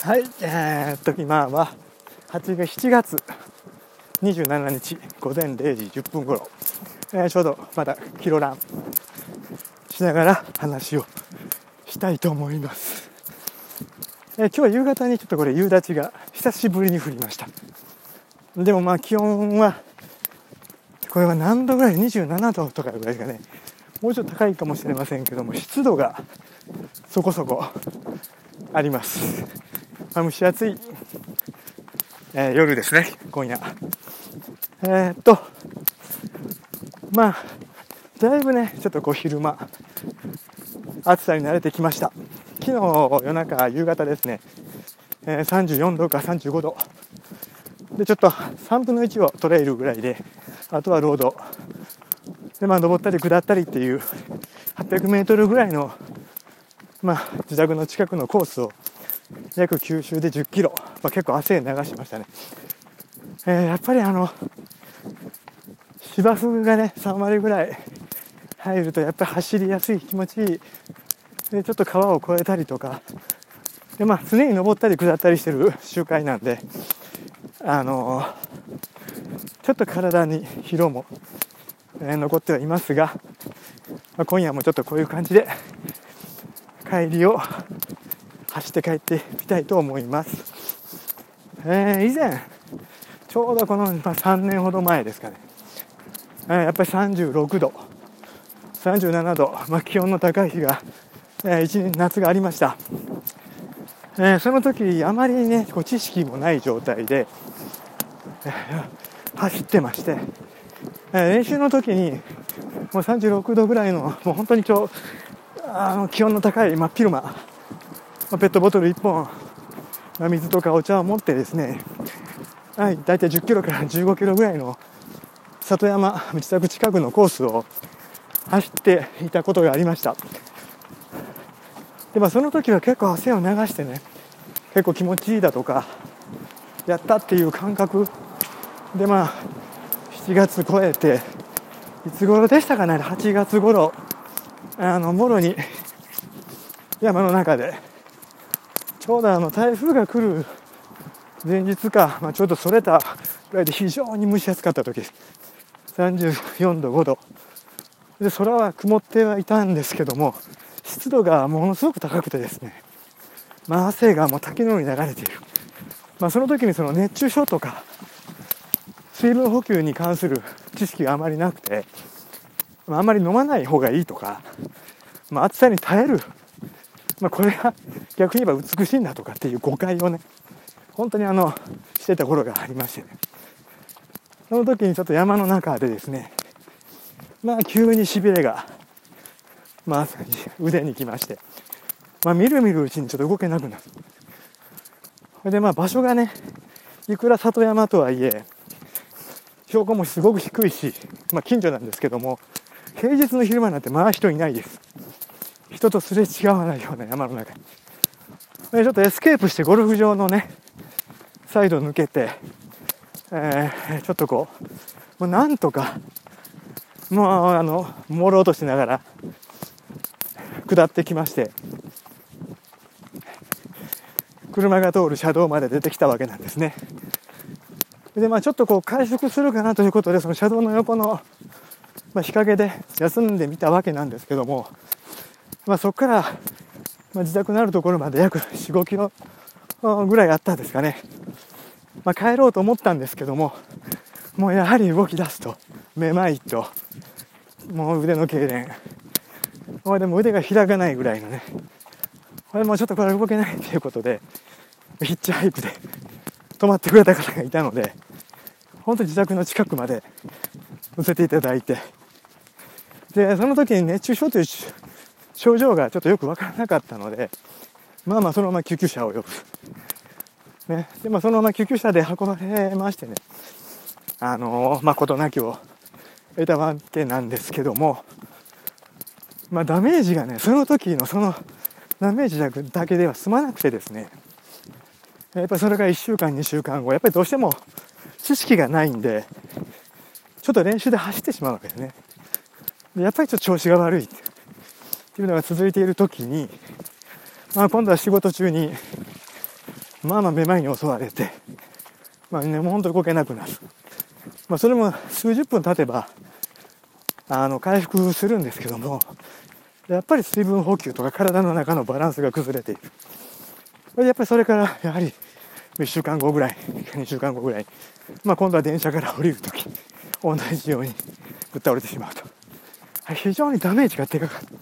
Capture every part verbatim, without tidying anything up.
はい、えー、っと今ははちがつしちがつにじゅうしちにちごぜんれいじじゅっぷん頃、えー、ちょうどまだキロランしながら話をしたいと思います。えー、今日は夕方にちょっとこれ夕立が久しぶりに降りました。でもまあ気温はこれは何度ぐらい、にじゅうななどとかぐらいですかね。もうちょっと高いかもしれませんけども、湿度がそこそこあります。まあ、蒸し暑い、えー、夜ですね今夜。えー、っとまあだいぶねちょっとこう昼間暑さに慣れてきました。昨日夜中夕方ですね、えー、さんじゅうよんどかさんじゅうごどで、ちょっとさんぶんのいちをトレイルぐらいで、あとはロードで、まあ登ったり下ったりっていうはっぴゃくメートルぐらいの、まあ、自宅の近くのコースを約きゅう周でじゅっキロ、まあ、結構汗流しましたね。えー、やっぱりあの芝生がねさんわりぐらい入るとやっぱり走りやすい、気持ちいいで、ちょっと川を越えたりとかで、まあ、常に登ったり下ったりしてる周回なんで、あのー、ちょっと体に疲労も、えー、残ってはいますが、まあ、今夜もちょっとこういう感じで帰りを走って帰ってみたいと思います。えー、以前ちょうどこの、まあ、さんねんほど前ですかね、えー、やっぱりさんじゅうろくどさんじゅうななど、まあ、気温の高い日が、えー、一年夏がありました。えー、その時あまりねこう知識もない状態で、えー、走ってまして、えー、練習の時にもうさんじゅうろくどぐらいのもう本当に今日あの気温の高い真っ昼間、ペットボトルいっぽん、水とかお茶を持ってですね、はい、だいたいじゅっキロからじゅうごキロぐらいの里山自宅近くのコースを走っていたことがありました。で、まあ、その時は結構汗を流してね、結構気持ちいいだとかやったっていう感覚で、まあしちがつ超えていつ頃でしたかね、はちがつ頃、あのもろに山の中でちょうどあの台風が来る前日か、まあ、ちょっとそれたぐらいで非常に蒸し暑かった時です。さんじゅうよんどごどで、空は曇ってはいたんですけども、湿度がものすごく高くてですね、まあ、汗がもう滝のように流れている。まあ、その時にその熱中症とか水分補給に関する知識があまりなくて、まあ、あんまり飲まない方がいいとか、まあ、暑さに耐える、まあ、これが逆に言えば美しいんだとかっていう誤解をね本当にあのしてた頃がありましてね、その時にちょっと山の中でですね、まあ急にしびれが、まあ、腕にきまして、まあ、みるみるうちにちょっと動けなくなる。それでまあ場所がねいくら里山とはいえ標高もすごく低いし、まあ、近所なんですけども、平日の昼間なんてまあ人いないです。人とすれ違わないような山の中にで、ちょっとエスケープしてゴルフ場のねサイド抜けて、えー、ちょっとこうもうなんとかもうあの朦朧としながら下ってきまして、車が通る車道まで出てきたわけなんですね。で、まあ、ちょっとこう回復するかなということで、その車道の横の、まあ、日陰で休んでみたわけなんですけども、まあ、そこから、まあ、自宅のあるところまで約よん、ごキロぐらいあったんですかね。まあ、帰ろうと思ったんですけども、もうやはり動き出すとめまいと、もう腕の痙攣、もうでも腕が開かないぐらいのね、これもうちょっとこれ動けないということでヒッチハイクで泊まってくれた方がいたので、本当に自宅の近くまで乗せていただいて、でその時に熱中症という症状がちょっとよく分からなかったので、まあまあそのまま救急車を呼ぶ、ね、でまあそのまま救急車で運ばれましてね、あのー、まあ事なきを得たわけなんですけども、まあダメージがねその時のそのダメージだけでは済まなくてですね、やっぱりそれがいっしゅうかんにしゅうかんご、やっぱりどうしても知識がないんでちょっと練習で走ってしまうわけですね。でやっぱりちょっと調子が悪いっていうのが続いている時に、まあ、今度は仕事中にまあまあめまいに襲われて、まあね、もう本当に動けなくなる。まあそれも数十分経てばあの回復するんですけども、やっぱり水分補給とか体の中のバランスが崩れている。でやっぱりそれからやはりいっしゅうかんごぐらい、にしゅうかんごぐらい、まあ、今度は電車から降りるとき同じようにぶっ倒れてしまうと、非常にダメージがでかかった。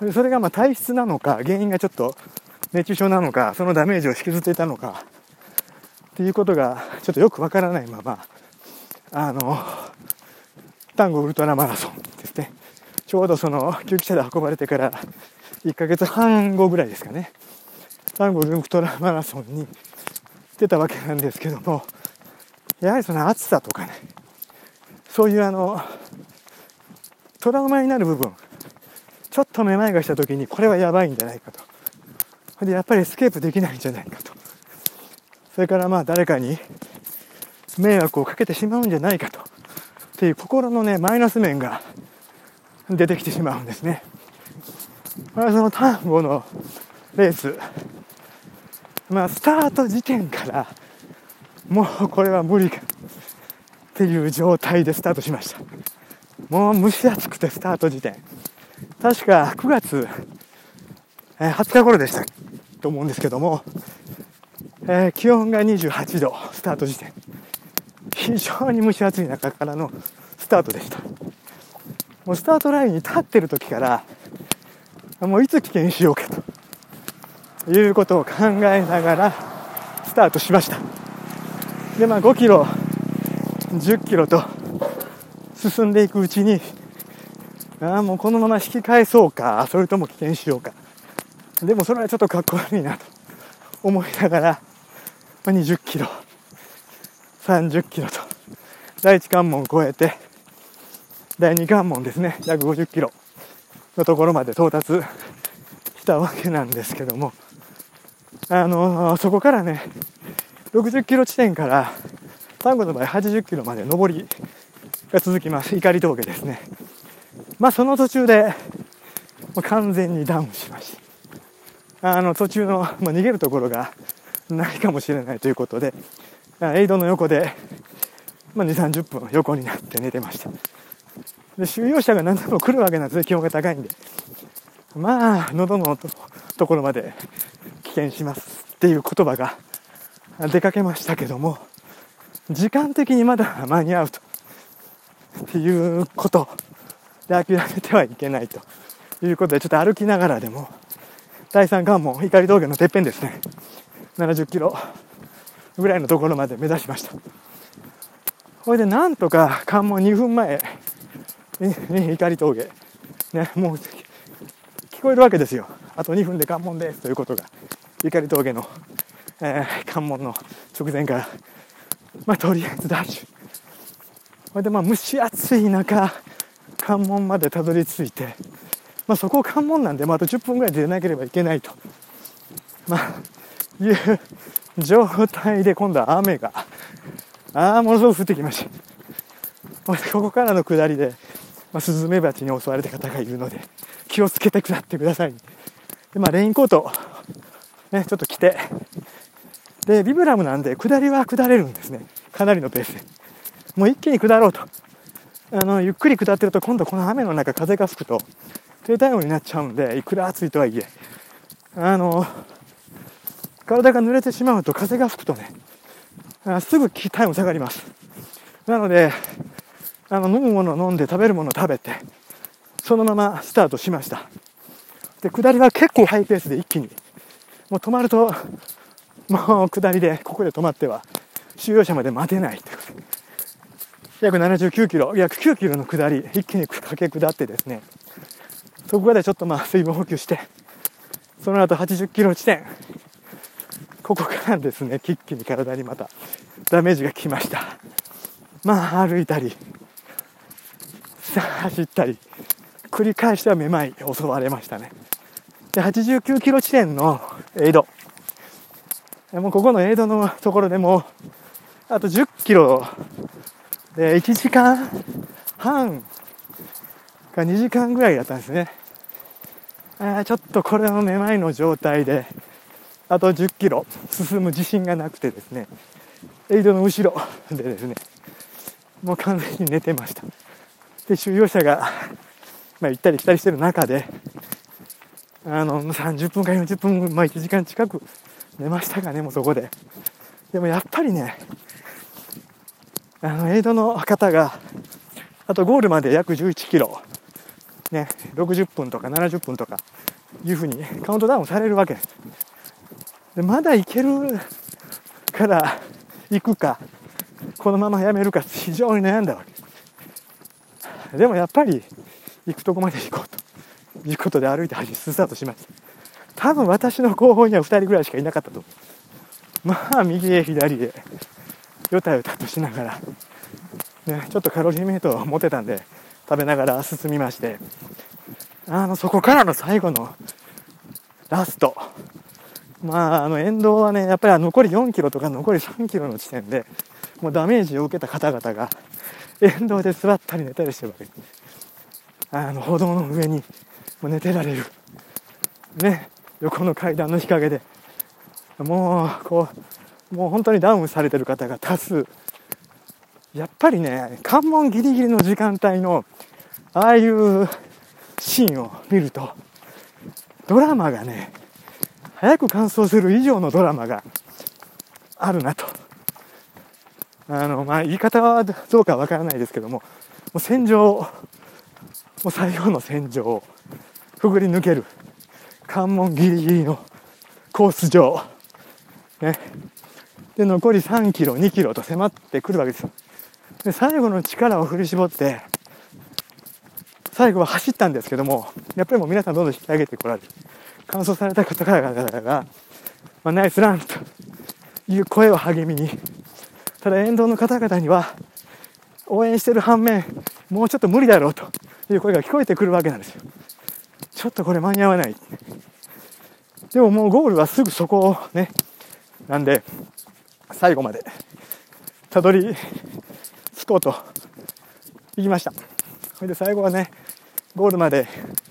でそれがまあ体質なのか、原因がちょっと熱中症なのか、そのダメージを引きずっていたのかっていうことがちょっとよくわからないまま、あの丹後ウルトラマラソンですね、ちょうどその救急車で運ばれてからいっかげつはんごぐらいですかね、丹後ウルトラマラソンに出たわけなんですけども、やはりその暑さとかね、そういうあのトラウマになる部分、ちょっとめまいがした時にこれはやばいんじゃないかと、でやっぱりエスケープできないんじゃないかと、それからまあ誰かに迷惑をかけてしまうんじゃないかとっていう心のねマイナス面が出てきてしまうんですね。その丹後のレース、まあスタート時点からもうこれは無理かっていう状態でスタートしました。もう蒸し暑くて、スタート時点確かくがつはつか頃でしたと思うんですけども、えー、気温がにじゅうはちど、スタート時点非常に蒸し暑い中からのスタートでした。もうスタートラインに立ってる時からもういつ棄権しようかということを考えながらスタートしました。でまあごキロじゅっキロと進んでいくうちに、ああもうこのまま引き返そうか、それとも棄権しようか、でもそれはちょっとかっこ悪いなと思いながら、まあ、にじゅっキロさんじゅっキロとだいいち関門を越えてだいに関門ですね、約ごじゅっキロのところまで到達したわけなんですけども、あのー、そこからねろくじゅっキロ地点から丹後の場合はちじゅっキロまで上りが続きます。怒り峠ですね。まあその途中でもう完全にダウンしました。あの途中の、まあ、逃げるところがないかもしれないということで、エイドの横で、まあ、にじゅうさんじゅっぷん横になって寝てました。で収容者が何でも来るわけなんですね、気温が高いんで。まあ喉の と, ところまで危険しますっていう言葉が出かけましたけども、時間的にまだ間に合うとっていうことで諦めてはいけないということで、ちょっと歩きながらでもだいさん関門怒り峠のてっぺんですね、ななじゅっキロぐらいのところまで目指しました。これでなんとか関門にふんまえに怒り峠、ね、もう聞こえるわけですよ。あとにふんで関門ですということが怒り峠の、えー、関門の直前から、まあ、とりあえずダッシュ、これでまあ蒸し暑い中関門までたどり着いて、まあ、そこ関門なんで、まあ、あとじゅっぷんぐらいで出なければいけないと、まあ、いう状態で今度は雨がああものすごく降ってきました。ここからの下りで、まあ、スズメバチに襲われた方がいるので気をつけてくだってください。で、まあ、レインコート、ね、ちょっと着て、でビブラムなんで下りは下れるんですね、かなりのペースで。もう一気に下ろうと、あのゆっくり下ってると今度この雨の中風が吹くと低体温になっちゃうんで、いくら暑いとはいえあの体が濡れてしまうと、風が吹くとねあすぐ体温下がります。なのであの飲むものを飲んで食べるものを食べてそのままスタートしました。で下りは結構ハイペースで一気に、もう止まるともう下りでここで止まっては収容者まで待てないということで、約ななじゅうきゅうキロ、約きゅうキロの下り一気に駆け下ってですね、そこでちょっとまあ水分補給して、その後はちじゅっキロ地点、ここからですね一気に体にまたダメージがきました。まあ歩いたり走ったり繰り返してはめまい襲われましたね。ではちじゅうきゅうキロ地点のエイド、もうここのエイドのところでもあとじゅっキロでいちじかんはんかにじかんぐらいだったんですね。あちょっとこれのめまいの状態であとじゅっキロ進む自信がなくてですね、エイドの後ろでですね、もう完全に寝てました。で収容者が、まあ、行ったり来たりしてる中で、あのさんじゅっぷんかよんじゅっぷん、まあ、いちじかん近く寝ましたかね。もうそこででもやっぱりね、あのエイドの方があとゴールまで約じゅういちキロね、ろくじゅっぷんとかななじゅっぷんとかいうふうにカウントダウンされるわけです。でまだ行けるから行くか、このままやめるか非常に悩んだわけです。でもやっぱり行くとこまで行こうということで歩いて走りスタートしました。多分私の後方にはふたりぐらいしかいなかったと。まあ右へ左へよたよたとしながら、ね、ちょっとカロリーメイトを持てたんで食べながら進みまして、あのそこからの最後のラスト、まああの沿道はね、やっぱり残りよんキロとか残りさんキロの地点でもうダメージを受けた方々が沿道で座ったり寝たりしてるわけです。あの歩道の上にもう寝てられるね、横の階段の日陰でもうこうもう本当にダウンされてる方が多数。やっぱりね、関門ギリギリの時間帯のああいうシーンを見るとドラマがね、早く完走する以上のドラマがあるなと。あのまあ言い方はどうかわからないですけども、もう戦場、もう最後の戦場をくぐり抜ける関門ギリギリのコース上ね、で残りさんキロにキロと迫ってくるわけですよ。で最後の力を振り絞って最後は走ったんですけども、やっぱりもう皆さんどんどん引き上げてこられる。完走された方々が、まあ、ナイスランという声を励みに、ただ沿道の方々には応援してる反面、もうちょっと無理だろうという声が聞こえてくるわけなんですよ。ちょっとこれ間に合わない。でももうゴールはすぐそこね、なんで最後までたどり着こうと行きました。それで最後はね、ゴールまで、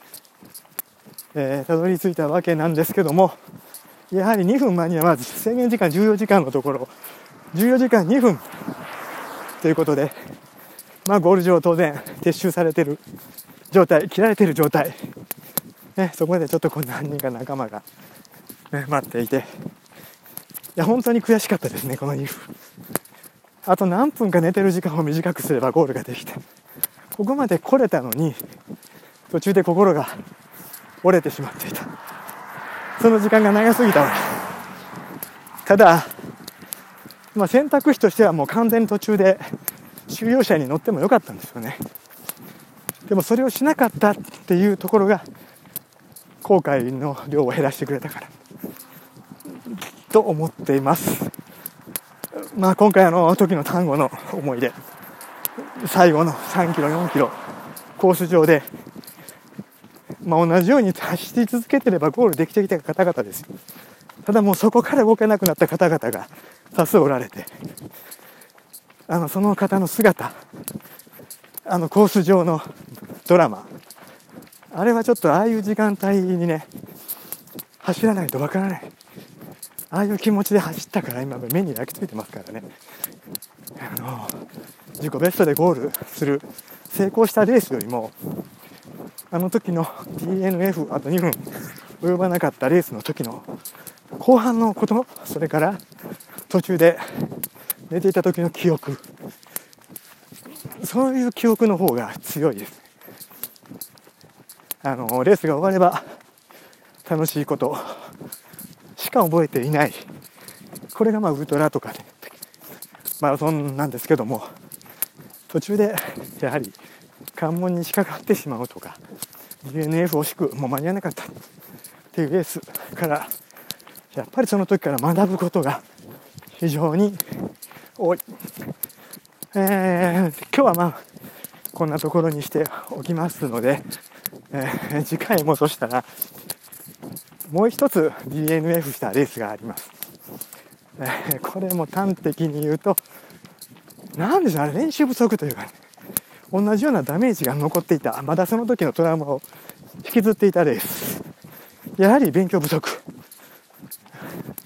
えー、たどり着いたわけなんですけども、やはりにふん間に合わず、制限時間じゅうよじかんのところじゅうよじかんにふんということで、まあゴール上当然撤収されている状態、切られている状態、ね、そこでちょっとこう何人か仲間が、ね、待っていて、いや本当に悔しかったですね。このにふん、あと何分か寝てる時間を短くすればゴールができて、ここまで来れたのに途中で心が折れてしまっていた。その時間が長すぎたわけ。ただ、まあ、選択肢としてはもう完全に途中で収容者に乗ってもよかったんですよね。でもそれをしなかったっていうところが後悔の量を減らしてくれたからと思っています。まあ今回あの時の単語の思い出、最後のさんキロよんキロコース上で、まあ、同じように走り続けてればゴールできてきた方々です。ただもうそこから動けなくなった方々が多数おられて、あのその方の姿、あのコース上のドラマ、あれはちょっとああいう時間帯にね走らないとわからない。ああいう気持ちで走ったから今目に焼き付いてますからね。あの自己ベストでゴールする成功したレースよりも、あの時の ディーエヌエフ あとにふん及ばなかったレースの時の後半のこと、それから途中で寝ていた時の記憶、そういう記憶の方が強いです。あのレースが終われば楽しいことしか覚えていない。これがまあウルトラとかね、マラソンなんですけども、途中でやはり関門に仕掛かってしまうとか ディーエヌエフ 惜しくもう間に合わなかったっていうレースから、やっぱりその時から学ぶことが非常に多い。えー、今日はまあこんなところにしておきますので、えー、次回もそしたらもう一つ ディーエヌエフ したレースがあります。えー、これも端的に言うと、なんでしょうね、練習不足というか、ね、同じようなダメージが残っていた、まだその時のトラウマを引きずっていたレース、やはり勉強不足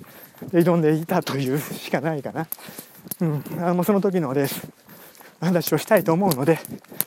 挑んでいたというしかないかな。うん、あのその時のレース話をしたいと思うので、